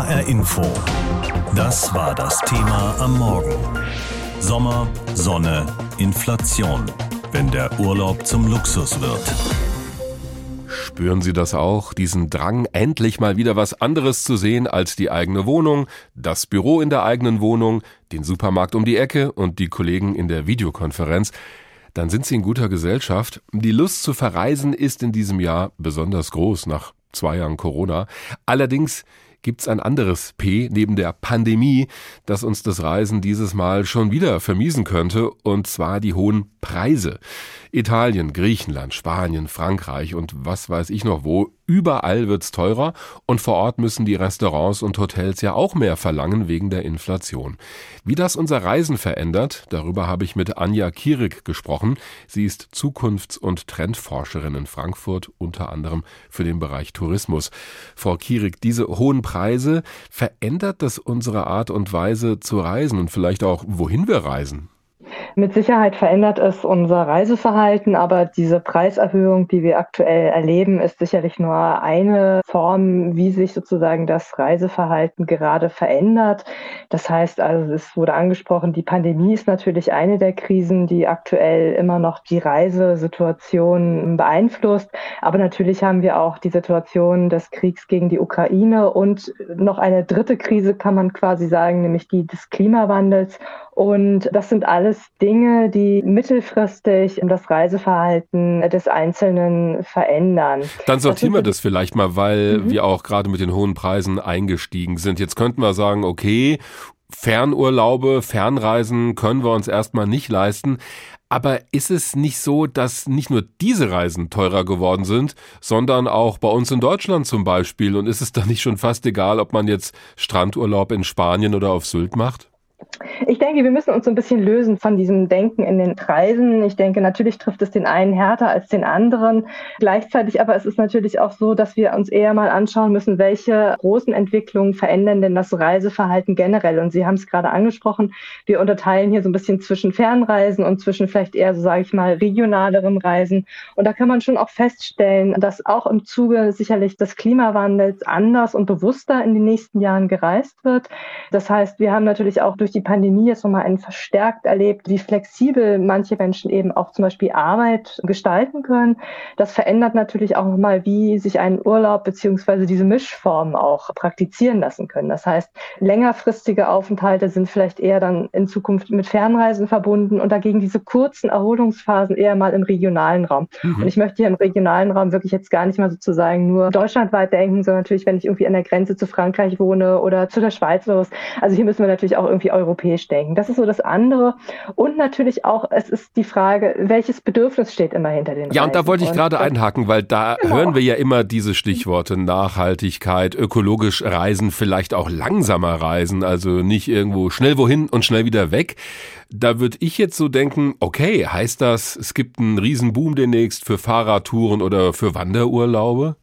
HR Info. Das war das Thema am Morgen. Sommer, Sonne, Inflation. Wenn der Urlaub zum Luxus wird. Spüren Sie das auch, diesen Drang, endlich mal wieder was anderes zu sehen als die eigene Wohnung, das Büro in der eigenen Wohnung, den Supermarkt um die Ecke und die Kollegen in der Videokonferenz? Dann sind Sie in guter Gesellschaft. Die Lust zu verreisen ist in diesem Jahr besonders groß, nach 2 Jahren Corona. Allerdings gibt's ein anderes P neben der Pandemie, das uns das Reisen dieses Mal schon wieder vermiesen könnte, und zwar die hohen Preise. Italien, Griechenland, Spanien, Frankreich und was weiß ich noch wo, überall wird's teurer und vor Ort müssen die Restaurants und Hotels ja auch mehr verlangen wegen der Inflation. Wie das unser Reisen verändert, darüber habe ich mit Anja Kierig gesprochen. Sie ist Zukunfts- und Trendforscherin in Frankfurt, unter anderem für den Bereich Tourismus. Frau Kierig, diese hohen Preise, verändert das unsere Art und Weise zu reisen und vielleicht auch, wohin wir reisen? Mit Sicherheit verändert es unser Reiseverhalten, aber diese Preiserhöhung, die wir aktuell erleben, ist sicherlich nur eine Form, wie sich sozusagen das Reiseverhalten gerade verändert. Das heißt also, es wurde angesprochen, die Pandemie ist natürlich eine der Krisen, die aktuell immer noch die Reisesituation beeinflusst. Aber natürlich haben wir auch die Situation des Kriegs gegen die Ukraine und noch eine dritte Krise, kann man quasi sagen, nämlich die des Klimawandels. Und das sind alles Dinge, die mittelfristig das Reiseverhalten des Einzelnen verändern. Dann sortieren wir das vielleicht mal, weil wir auch gerade mit den hohen Preisen eingestiegen sind. Jetzt könnten wir sagen, okay, Fernurlaube, Fernreisen können wir uns erstmal nicht leisten. Aber ist es nicht so, dass nicht nur diese Reisen teurer geworden sind, sondern auch bei uns in Deutschland zum Beispiel? Und ist es dann nicht schon fast egal, ob man jetzt Strandurlaub in Spanien oder auf Sylt macht? Ich denke, wir müssen uns so ein bisschen lösen von diesem Denken in den Preisen. Ich denke, natürlich trifft es den einen härter als den anderen. Gleichzeitig aber ist es natürlich auch so, dass wir uns eher mal anschauen müssen, welche großen Entwicklungen verändern denn das Reiseverhalten generell. Und Sie haben es gerade angesprochen, wir unterteilen hier so ein bisschen zwischen Fernreisen und zwischen vielleicht eher, so sage ich mal, regionalerem Reisen. Und da kann man schon auch feststellen, dass auch im Zuge sicherlich des Klimawandels anders und bewusster in den nächsten Jahren gereist wird. Das heißt, wir haben natürlich auch durch die Pandemie jetzt nochmal verstärkt erlebt, wie flexibel manche Menschen eben auch zum Beispiel Arbeit gestalten können. Das verändert natürlich auch nochmal, wie sich ein Urlaub beziehungsweise diese Mischformen auch praktizieren lassen können. Das heißt, längerfristige Aufenthalte sind vielleicht eher dann in Zukunft mit Fernreisen verbunden und dagegen diese kurzen Erholungsphasen eher mal im regionalen Raum. Und ich möchte hier im regionalen Raum wirklich jetzt gar nicht mal sozusagen nur deutschlandweit denken, sondern natürlich, wenn ich irgendwie an der Grenze zu Frankreich wohne oder zu der Schweiz oder was. Also hier müssen wir natürlich auch irgendwie europäisch denken. Das ist so das andere. Und natürlich auch, es ist die Frage, welches Bedürfnis steht immer hinter den Reisen. Ja, und da wollte ich gerade einhaken, weil da hören wir ja immer diese Stichworte Nachhaltigkeit, ökologisch reisen, vielleicht auch langsamer reisen, also nicht irgendwo schnell wohin und schnell wieder weg. Da würde ich jetzt so denken, okay, heißt das, es gibt einen Riesenboom demnächst für Fahrradtouren oder für Wanderurlaube?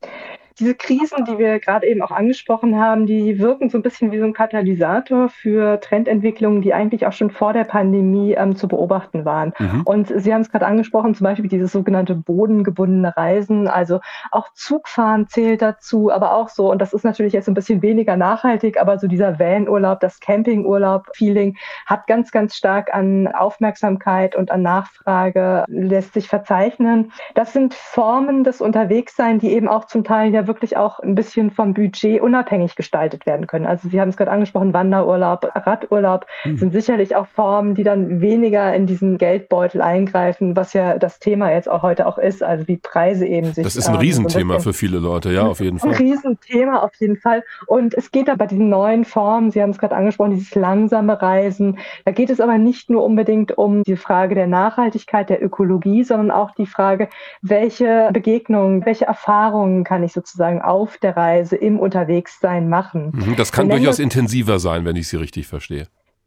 Diese Krisen, die wir gerade eben auch angesprochen haben, die wirken so ein bisschen wie so ein Katalysator für Trendentwicklungen, die eigentlich auch schon vor der Pandemie zu beobachten waren. Und Sie haben es gerade angesprochen, zum Beispiel dieses sogenannte bodengebundene Reisen, also auch Zugfahren zählt dazu, aber auch so, und das ist natürlich jetzt ein bisschen weniger nachhaltig, aber so dieser Van-Urlaub, das Campingurlaub-Feeling hat ganz, ganz stark an Aufmerksamkeit und an Nachfrage lässt sich verzeichnen. Das sind Formen des Unterwegssein, die eben auch zum Teil ja wirklich auch ein bisschen vom Budget unabhängig gestaltet werden können. Also Sie haben es gerade angesprochen, Wanderurlaub, Radurlaub sind sicherlich auch Formen, die dann weniger in diesen Geldbeutel eingreifen, was ja das Thema jetzt auch heute auch ist, also wie Preise eben sich... Das ist ein Riesenthema für viele Leute, ja, auf jeden Fall. Ein Riesenthema auf jeden Fall. Und es geht aber bei diesen neuen Formen, Sie haben es gerade angesprochen, dieses langsame Reisen, da geht es aber nicht nur unbedingt um die Frage der Nachhaltigkeit, der Ökologie, sondern auch die Frage, welche Begegnungen, welche Erfahrungen kann ich sozusagen auf der Reise, im Unterwegssein machen. Das kann durchaus intensiver sein, wenn ich Sie richtig verstehe.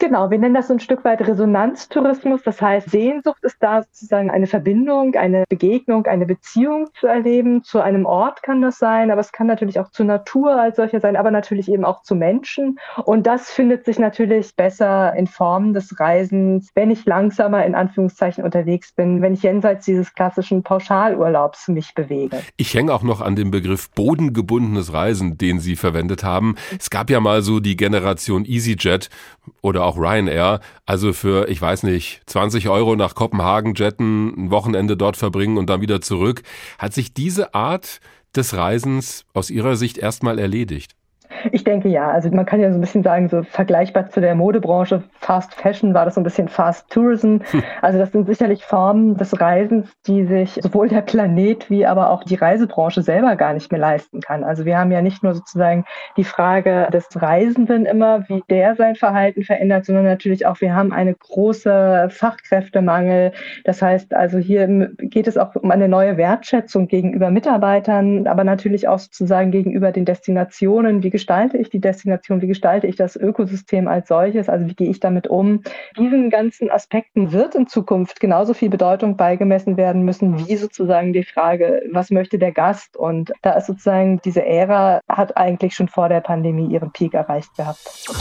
Genau, wir nennen das so ein Stück weit Resonanztourismus. Das heißt, Sehnsucht ist da sozusagen eine Verbindung, eine Begegnung, eine Beziehung zu erleben. Zu einem Ort kann das sein, aber es kann natürlich auch zur Natur als solcher sein, aber natürlich eben auch zu Menschen. Und das findet sich natürlich besser in Form des Reisens, wenn ich langsamer in Anführungszeichen unterwegs bin, wenn ich jenseits dieses klassischen Pauschalurlaubs mich bewege. Ich hänge auch noch an dem Begriff bodengebundenes Reisen, den Sie verwendet haben. Es gab ja mal so die Generation EasyJet oder auch Ryanair, also für, ich weiß nicht, 20 € nach Kopenhagen jetten, ein Wochenende dort verbringen und dann wieder zurück. Hat sich diese Art des Reisens aus Ihrer Sicht erstmal erledigt? Ich denke ja. Also man kann ja so ein bisschen sagen, so vergleichbar zu der Modebranche, Fast Fashion war das so ein bisschen Fast Tourism. Also das sind sicherlich Formen des Reisens, die sich sowohl der Planet wie aber auch die Reisebranche selber gar nicht mehr leisten kann. Also wir haben ja nicht nur sozusagen die Frage des Reisenden immer, wie der sein Verhalten verändert, sondern natürlich auch, wir haben eine große Fachkräftemangel. Das heißt also, hier geht es auch um eine neue Wertschätzung gegenüber Mitarbeitern, aber natürlich auch sozusagen gegenüber den Destinationen. Wie gestalte ich die Destination? Wie gestalte ich das Ökosystem als solches? Also wie gehe ich damit um? Diesen ganzen Aspekten wird in Zukunft genauso viel Bedeutung beigemessen werden müssen, wie sozusagen die Frage, was möchte der Gast? Und da ist sozusagen diese Ära, hat eigentlich schon vor der Pandemie ihren Peak erreicht gehabt.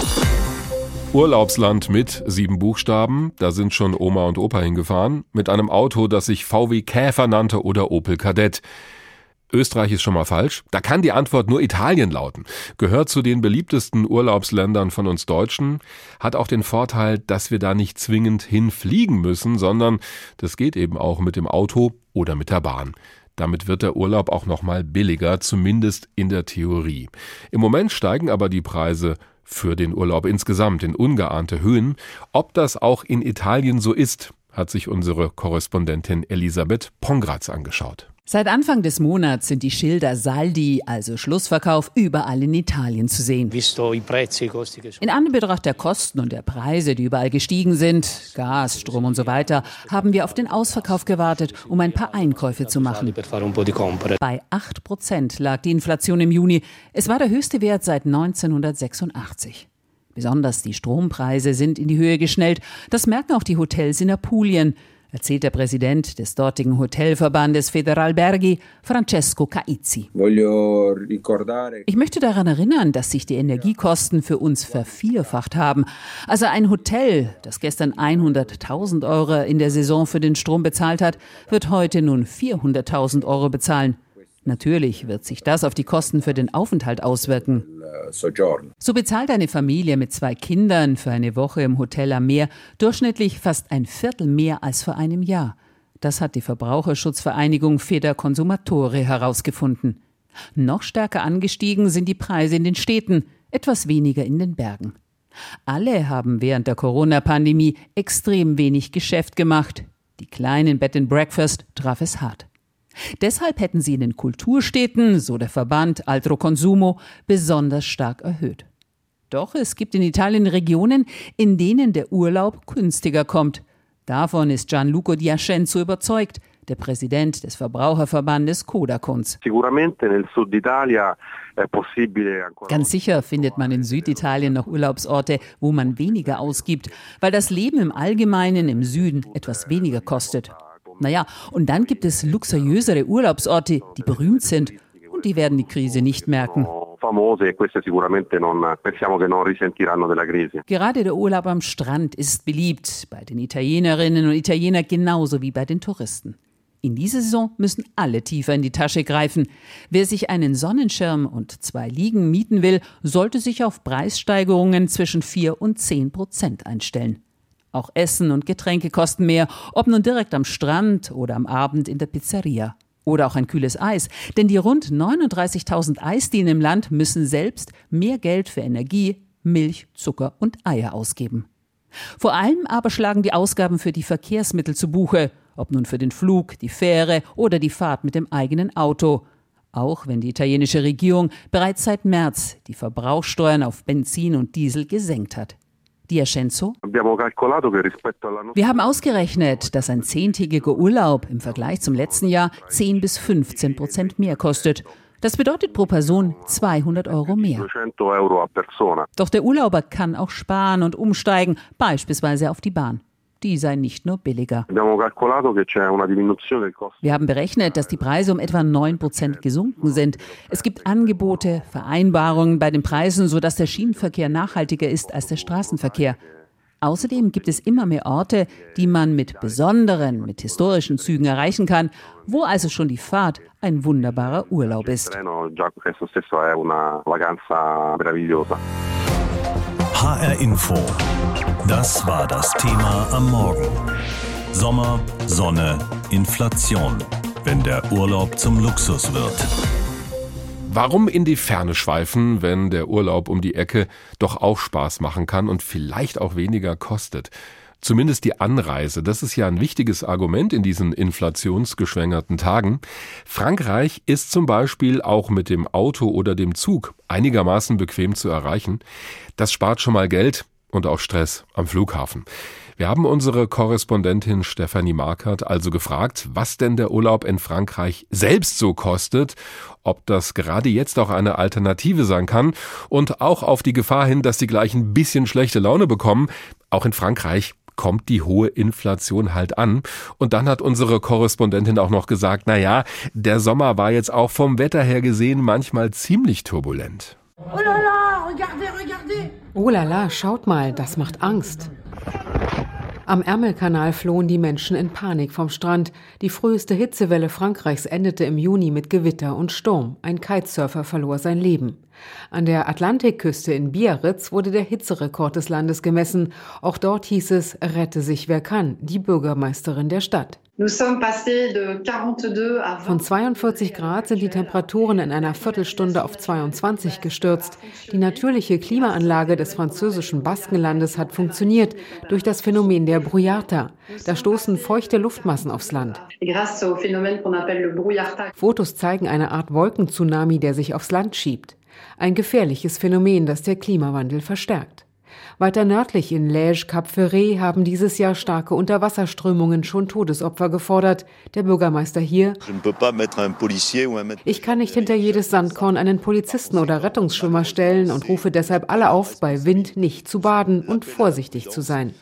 Urlaubsland mit 7 Buchstaben, da sind schon Oma und Opa hingefahren, mit einem Auto, das sich VW Käfer nannte oder Opel Kadett. Österreich ist schon mal falsch. Da kann die Antwort nur Italien lauten. Gehört zu den beliebtesten Urlaubsländern von uns Deutschen. Hat auch den Vorteil, dass wir da nicht zwingend hinfliegen müssen, sondern das geht eben auch mit dem Auto oder mit der Bahn. Damit wird der Urlaub auch noch mal billiger, zumindest in der Theorie. Im Moment steigen aber die Preise für den Urlaub insgesamt in ungeahnte Höhen. Ob das auch in Italien so ist, hat sich unsere Korrespondentin Elisabeth Pongratz angeschaut. Seit Anfang des Monats sind die Schilder Saldi, also Schlussverkauf, überall in Italien zu sehen. In Anbetracht der Kosten und der Preise, die überall gestiegen sind, Gas, Strom und so weiter, haben wir auf den Ausverkauf gewartet, um ein paar Einkäufe zu machen. Bei 8% lag die Inflation im Juni. Es war der höchste Wert seit 1986. Besonders die Strompreise sind in die Höhe geschnellt. Das merken auch die Hotels in Apulien, erzählt der Präsident des dortigen Hotelverbandes Federalberghi, Francesco Caizzi. Ich möchte daran erinnern, dass sich die Energiekosten für uns vervierfacht haben. Also ein Hotel, das gestern 100.000 € in der Saison für den Strom bezahlt hat, wird heute nun 400.000 € bezahlen. Natürlich wird sich das auf die Kosten für den Aufenthalt auswirken. So bezahlt eine Familie mit 2 Kindern für eine Woche im Hotel am Meer durchschnittlich fast ein Viertel mehr als vor einem Jahr. Das hat die Verbraucherschutzvereinigung Federconsumatore herausgefunden. Noch stärker angestiegen sind die Preise in den Städten, etwas weniger in den Bergen. Alle haben während der Corona-Pandemie extrem wenig Geschäft gemacht. Die kleinen Bed and Breakfast traf es hart. Deshalb hätten sie in den Kulturstädten, so der Verband Altro Consumo, besonders stark erhöht. Doch es gibt in Italien Regionen, in denen der Urlaub günstiger kommt. Davon ist Gianluca Di Ascenzo überzeugt, der Präsident des Verbraucherverbandes Codacons. Ganz sicher findet man in Süditalien noch Urlaubsorte, wo man weniger ausgibt, weil das Leben im Allgemeinen im Süden etwas weniger kostet. Naja, und dann gibt es luxuriösere Urlaubsorte, die berühmt sind und die werden die Krise nicht merken. Gerade der Urlaub am Strand ist beliebt, bei den Italienerinnen und Italienern genauso wie bei den Touristen. In dieser Saison müssen alle tiefer in die Tasche greifen. Wer sich einen Sonnenschirm und 2 Liegen mieten will, sollte sich auf Preissteigerungen zwischen 4 und 10% einstellen. Auch Essen und Getränke kosten mehr, ob nun direkt am Strand oder am Abend in der Pizzeria. Oder auch ein kühles Eis, denn die rund 39.000 Eisdielen im Land müssen selbst mehr Geld für Energie, Milch, Zucker und Eier ausgeben. Vor allem aber schlagen die Ausgaben für die Verkehrsmittel zu Buche, ob nun für den Flug, die Fähre oder die Fahrt mit dem eigenen Auto. Auch wenn die italienische Regierung bereits seit März die Verbrauchssteuern auf Benzin und Diesel gesenkt hat. Di Ascenzo? Wir haben ausgerechnet, dass ein 10-tägiger Urlaub im Vergleich zum letzten Jahr 10 bis 15% mehr kostet. Das bedeutet pro Person 200 € mehr. Doch der Urlauber kann auch sparen und umsteigen, beispielsweise auf die Bahn. Die sei nicht nur billiger. Wir haben berechnet, dass die Preise um etwa 9% gesunken sind. Es gibt Angebote, Vereinbarungen bei den Preisen, sodass der Schienenverkehr nachhaltiger ist als der Straßenverkehr. Außerdem gibt es immer mehr Orte, die man mit historischen Zügen erreichen kann, wo also schon die Fahrt ein wunderbarer Urlaub ist. HR Info. Das war das Thema am Morgen. Sommer, Sonne, Inflation. Wenn der Urlaub zum Luxus wird. Warum in die Ferne schweifen, wenn der Urlaub um die Ecke doch auch Spaß machen kann und vielleicht auch weniger kostet? Zumindest die Anreise, das ist ja ein wichtiges Argument in diesen inflationsgeschwängerten Tagen. Frankreich ist zum Beispiel auch mit dem Auto oder dem Zug einigermaßen bequem zu erreichen. Das spart schon mal Geld und auch Stress am Flughafen. Wir haben unsere Korrespondentin Stefanie Markert also gefragt, was denn der Urlaub in Frankreich selbst so kostet, ob das gerade jetzt auch eine Alternative sein kann und auch auf die Gefahr hin, dass sie gleich ein bisschen schlechte Laune bekommen. Auch in Frankreich kommt die hohe Inflation halt an. Und dann hat unsere Korrespondentin auch noch gesagt, naja, der Sommer war jetzt auch vom Wetter her gesehen manchmal ziemlich turbulent. Oh la la, regardez! Oh la la, schaut mal, das macht Angst. Am Ärmelkanal flohen die Menschen in Panik vom Strand. Die früheste Hitzewelle Frankreichs endete im Juni mit Gewitter und Sturm. Ein Kitesurfer verlor sein Leben. An der Atlantikküste in Biarritz wurde der Hitzerekord des Landes gemessen. Auch dort hieß es, rette sich wer kann, die Bürgermeisterin der Stadt. Von 42 Grad sind die Temperaturen in einer Viertelstunde auf 22 gestürzt. Die natürliche Klimaanlage des französischen Baskenlandes hat funktioniert durch das Phänomen der Brouillard. Da stoßen feuchte Luftmassen aufs Land. Fotos zeigen eine Art Wolkentsunami, der sich aufs Land schiebt. Ein gefährliches Phänomen, das der Klimawandel verstärkt. Weiter nördlich in Lège, Cap Ferret, haben dieses Jahr starke Unterwasserströmungen schon Todesopfer gefordert. Der Bürgermeister hier: Ich kann nicht hinter jedes Sandkorn einen Polizisten oder Rettungsschwimmer stellen und rufe deshalb alle auf, bei Wind nicht zu baden und vorsichtig zu sein.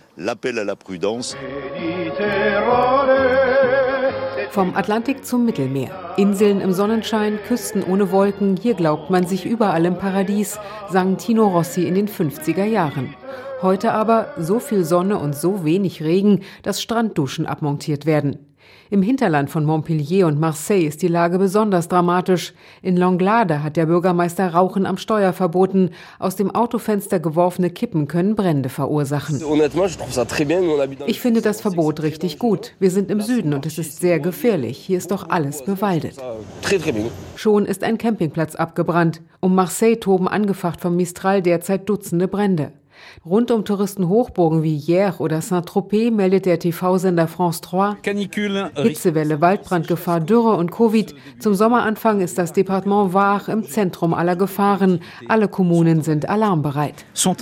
Vom Atlantik zum Mittelmeer. Inseln im Sonnenschein, Küsten ohne Wolken, hier glaubt man sich überall im Paradies, sang Tino Rossi in den 50er Jahren. Heute aber so viel Sonne und so wenig Regen, dass Strandduschen abmontiert werden. Im Hinterland von Montpellier und Marseille ist die Lage besonders dramatisch. In Langlade hat der Bürgermeister Rauchen am Steuer verboten. Aus dem Autofenster geworfene Kippen können Brände verursachen. Ich finde das Verbot richtig gut. Wir sind im Süden und es ist sehr gefährlich. Hier ist doch alles bewaldet. Schon ist ein Campingplatz abgebrannt. Um Marseille toben angefacht vom Mistral derzeit Dutzende Brände. Rund um Touristenhochburgen wie Hyères oder Saint-Tropez meldet der TV-Sender France 3 Hitzewelle, Waldbrandgefahr, Dürre und Covid. Zum Sommeranfang ist das Departement Var im Zentrum aller Gefahren. Alle Kommunen sind alarmbereit.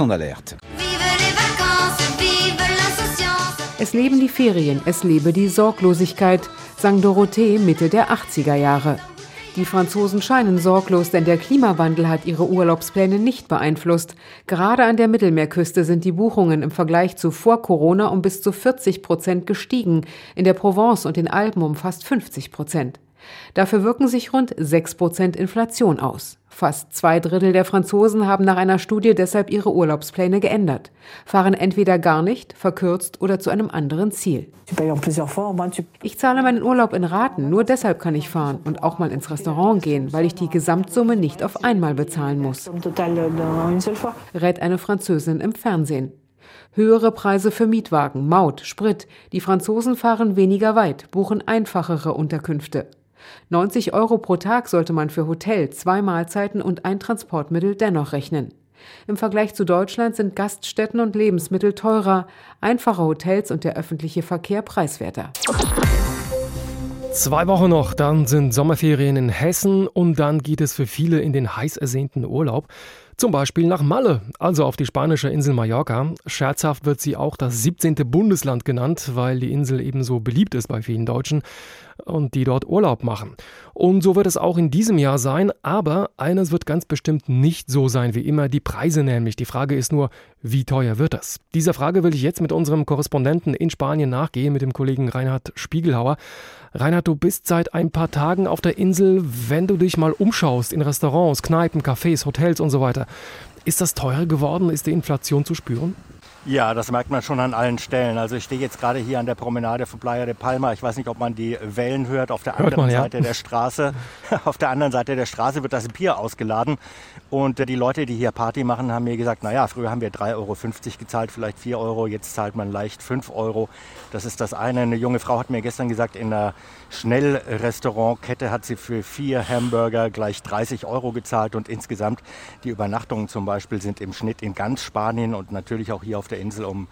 Es leben die Ferien, es lebe die Sorglosigkeit, sang Dorothee Mitte der 80er Jahre. Die Franzosen scheinen sorglos, denn der Klimawandel hat ihre Urlaubspläne nicht beeinflusst. Gerade an der Mittelmeerküste sind die Buchungen im Vergleich zu vor Corona um bis zu 40% gestiegen, in der Provence und den Alpen um fast 50%. Dafür wirken sich rund 6% Inflation aus. Fast 2/3 der Franzosen haben nach einer Studie deshalb ihre Urlaubspläne geändert, fahren entweder gar nicht, verkürzt oder zu einem anderen Ziel. Ich zahle meinen Urlaub in Raten, nur deshalb kann ich fahren und auch mal ins Restaurant gehen, weil ich die Gesamtsumme nicht auf einmal bezahlen muss, rät eine Französin im Fernsehen. Höhere Preise für Mietwagen, Maut, Sprit. Die Franzosen fahren weniger weit, buchen einfachere Unterkünfte. 90 € pro Tag sollte man für Hotel, 2 Mahlzeiten und ein Transportmittel dennoch rechnen. Im Vergleich zu Deutschland sind Gaststätten und Lebensmittel teurer, einfache Hotels und der öffentliche Verkehr preiswerter. 2 Wochen noch, dann sind Sommerferien in Hessen und dann geht es für viele in den heiß ersehnten Urlaub. Zum Beispiel nach Malle, also auf die spanische Insel Mallorca. Scherzhaft wird sie auch das 17. Bundesland genannt, weil die Insel ebenso beliebt ist bei vielen Deutschen und die dort Urlaub machen. Und so wird es auch in diesem Jahr sein, aber eines wird ganz bestimmt nicht so sein wie immer, die Preise nämlich. Die Frage ist nur, wie teuer wird das? Dieser Frage will ich jetzt mit unserem Korrespondenten in Spanien nachgehen, mit dem Kollegen Reinhard Spiegelhauer. Reinhard, du bist seit ein paar Tagen auf der Insel. Wenn du dich mal umschaust in Restaurants, Kneipen, Cafés, Hotels und so weiter, ist das teurer geworden? Ist die Inflation zu spüren? Ja, das merkt man schon an allen Stellen. Also ich stehe jetzt gerade hier an der Promenade von Playa de Palma. Ich weiß nicht, ob man die Wellen hört. Auf der anderen Seite der Straße. Auf der anderen Seite der Straße wird das Bier ausgeladen. Und die Leute, die hier Party machen, haben mir gesagt, naja, früher haben wir 3,50 Euro gezahlt, vielleicht 4 Euro. Jetzt zahlt man leicht 5 Euro. Das ist das eine. Eine junge Frau hat mir gestern gesagt, in einer Schnellrestaurantkette hat sie für 4 Hamburger gleich 30 Euro gezahlt. Und insgesamt die Übernachtungen zum Beispiel sind im Schnitt in ganz Spanien und natürlich auch hier auf der Insel um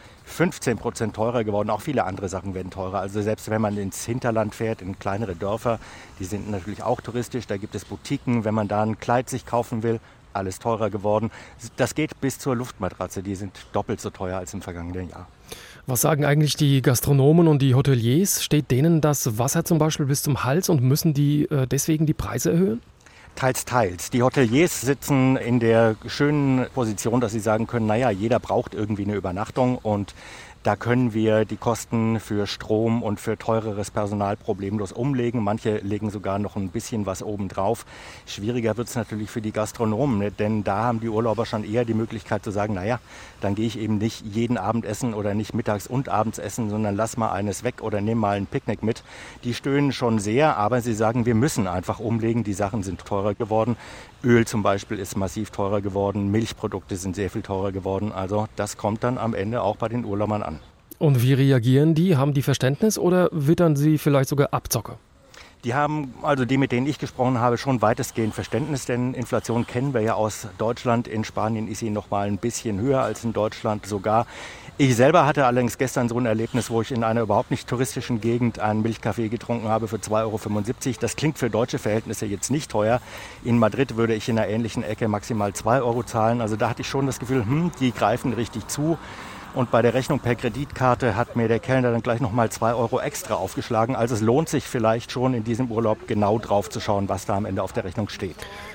15% teurer geworden. Auch viele andere Sachen werden teurer. Also selbst wenn man ins Hinterland fährt, in kleinere Dörfer, die sind natürlich auch touristisch. Da gibt es Boutiquen, wenn man da ein Kleid sich kaufen will, alles teurer geworden. Das geht bis zur Luftmatratze. Die sind doppelt so teuer als im vergangenen Jahr. Was sagen eigentlich die Gastronomen und die Hoteliers? Steht denen das Wasser zum Beispiel bis zum Hals und müssen die deswegen die Preise erhöhen? Teils, teils. Die Hoteliers sitzen in der schönen Position, dass sie sagen können, naja, jeder braucht irgendwie eine Übernachtung und da können wir die Kosten für Strom und für teureres Personal problemlos umlegen. Manche legen sogar noch ein bisschen was obendrauf. Schwieriger wird es natürlich für die Gastronomen, denn da haben die Urlauber schon eher die Möglichkeit zu sagen, naja, dann gehe ich eben nicht jeden Abend essen oder nicht mittags und abends essen, sondern lass mal eines weg oder nimm mal ein Picknick mit. Die stöhnen schon sehr, aber sie sagen, wir müssen einfach umlegen. Die Sachen sind teurer geworden. Öl zum Beispiel ist massiv teurer geworden. Milchprodukte sind sehr viel teurer geworden. Also das kommt dann am Ende auch bei den Urlaubern an. Und wie reagieren die? Haben die Verständnis oder wittern sie vielleicht sogar Abzocke? Die haben, also die, mit denen ich gesprochen habe, schon weitestgehend Verständnis, denn Inflation kennen wir ja aus Deutschland. In Spanien ist sie noch mal ein bisschen höher als in Deutschland sogar. Ich selber hatte allerdings gestern so ein Erlebnis, wo ich in einer überhaupt nicht touristischen Gegend einen Milchkaffee getrunken habe für 2,75 Euro. Das klingt für deutsche Verhältnisse jetzt nicht teuer. In Madrid würde ich in einer ähnlichen Ecke maximal 2 Euro zahlen. Also da hatte ich schon das Gefühl, die greifen richtig zu. Und bei der Rechnung per Kreditkarte hat mir der Kellner dann gleich nochmal 2 Euro extra aufgeschlagen. Also es lohnt sich vielleicht schon in diesem Urlaub genau drauf zu schauen, was da am Ende auf der Rechnung steht.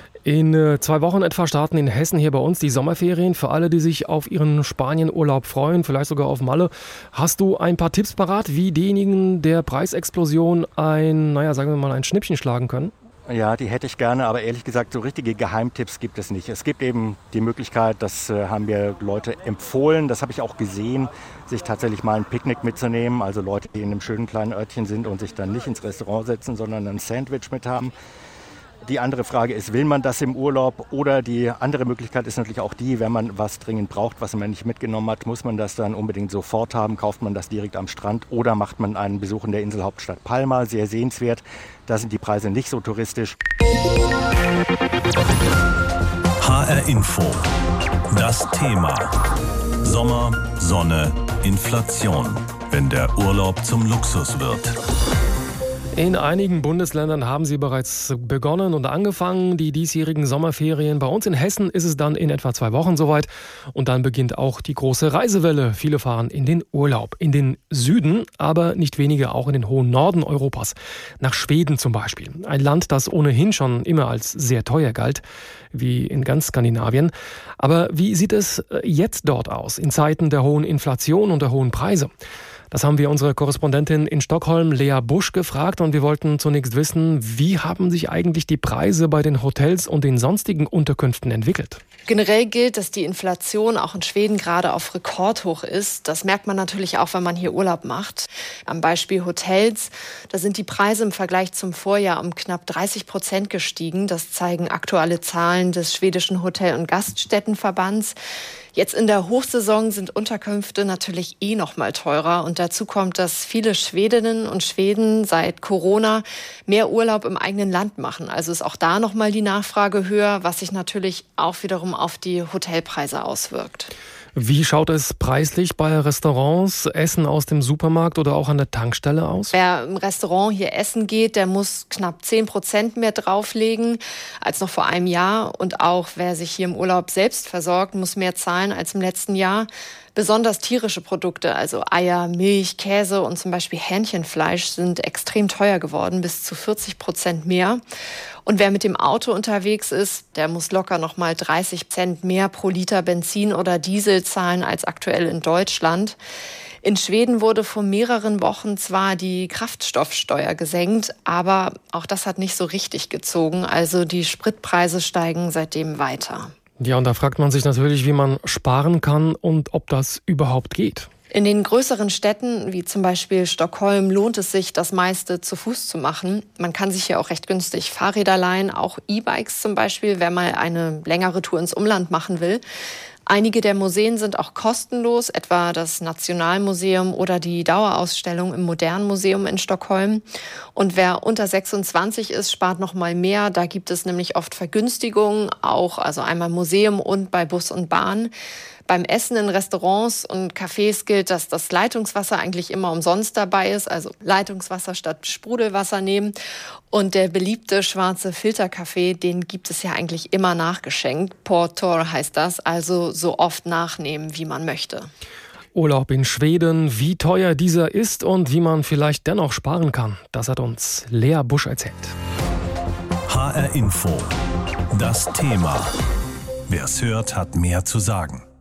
In 2 Wochen etwa starten in Hessen hier bei uns die Sommerferien. Für alle, die sich auf ihren Spanienurlaub freuen, vielleicht sogar auf Malle. Hast du ein paar Tipps parat, wie diejenigen der Preisexplosion ein Schnippchen schlagen können? Ja, die hätte ich gerne, aber ehrlich gesagt, so richtige Geheimtipps gibt es nicht. Es gibt eben die Möglichkeit, das haben mir Leute empfohlen, das habe ich auch gesehen, sich tatsächlich mal ein Picknick mitzunehmen. Also Leute, die in einem schönen kleinen Örtchen sind und sich dann nicht ins Restaurant setzen, sondern ein Sandwich mit haben. Die andere Frage ist, will man das im Urlaub? Oder die andere Möglichkeit ist natürlich auch die, wenn man was dringend braucht, was man nicht mitgenommen hat, muss man das dann unbedingt sofort haben, kauft man das direkt am Strand oder macht man einen Besuch in der Inselhauptstadt Palma, sehr sehenswert. Da sind die Preise nicht so touristisch. HR Info. Das Thema. Sommer, Sonne, Inflation. Wenn der Urlaub zum Luxus wird. In einigen Bundesländern haben sie bereits begonnen und angefangen, die diesjährigen Sommerferien. Bei uns in Hessen ist es dann in etwa 2 Wochen soweit. Und dann beginnt auch die große Reisewelle. Viele fahren in den Urlaub, in den Süden, aber nicht wenige auch in den hohen Norden Europas. Nach Schweden zum Beispiel. Ein Land, das ohnehin schon immer als sehr teuer galt, wie in ganz Skandinavien. Aber wie sieht es jetzt dort aus, in Zeiten der hohen Inflation und der hohen Preise? Das haben wir unsere Korrespondentin in Stockholm, Lea Busch, gefragt und wir wollten zunächst wissen, wie haben sich eigentlich die Preise bei den Hotels und den sonstigen Unterkünften entwickelt? Generell gilt, dass die Inflation auch in Schweden gerade auf Rekordhoch ist. Das merkt man natürlich auch, wenn man hier Urlaub macht. Am Beispiel Hotels, da sind die Preise im Vergleich zum Vorjahr um knapp 30% gestiegen. Das zeigen aktuelle Zahlen des schwedischen Hotel- und Gaststättenverbands. Jetzt in der Hochsaison sind Unterkünfte natürlich noch mal teurer. Und dazu kommt, dass viele Schwedinnen und Schweden seit Corona mehr Urlaub im eigenen Land machen. Also ist auch da noch mal die Nachfrage höher, was sich natürlich auch wiederum auf die Hotelpreise auswirkt. Wie schaut es preislich bei Restaurants, Essen aus dem Supermarkt oder auch an der Tankstelle aus? Wer im Restaurant hier essen geht, der muss knapp 10% mehr drauflegen als noch vor einem Jahr. Und auch wer sich hier im Urlaub selbst versorgt, muss mehr zahlen als im letzten Jahr. Besonders tierische Produkte, also Eier, Milch, Käse und zum Beispiel Hähnchenfleisch sind extrem teuer geworden, bis zu 40% mehr. Und wer mit dem Auto unterwegs ist, der muss locker nochmal 30 Cent mehr pro Liter Benzin oder Diesel zahlen als aktuell in Deutschland. In Schweden wurde vor mehreren Wochen zwar die Kraftstoffsteuer gesenkt, aber auch das hat nicht so richtig gezogen. Also die Spritpreise steigen seitdem weiter. Ja, und da fragt man sich natürlich, wie man sparen kann und ob das überhaupt geht. In den größeren Städten, wie zum Beispiel Stockholm, lohnt es sich, das meiste zu Fuß zu machen. Man kann sich hier auch recht günstig Fahrräder leihen, auch E-Bikes zum Beispiel, wer mal eine längere Tour ins Umland machen will. Einige der Museen sind auch kostenlos, etwa das Nationalmuseum oder die Dauerausstellung im Modernen Museum in Stockholm. Und wer unter 26 ist, spart noch mal mehr. Da gibt es nämlich oft Vergünstigungen, auch also einmal Museum und bei Bus und Bahn. Beim Essen in Restaurants und Cafés gilt, dass das Leitungswasser eigentlich immer umsonst dabei ist, also Leitungswasser statt Sprudelwasser nehmen. Und der beliebte schwarze Filterkaffee, den gibt es ja eigentlich immer nachgeschenkt. Portor heißt das, also so oft nachnehmen, wie man möchte. Urlaub in Schweden, wie teuer dieser ist und wie man vielleicht dennoch sparen kann, das hat uns Lea Busch erzählt. HR Info, das Thema. Wer es hört, hat mehr zu sagen.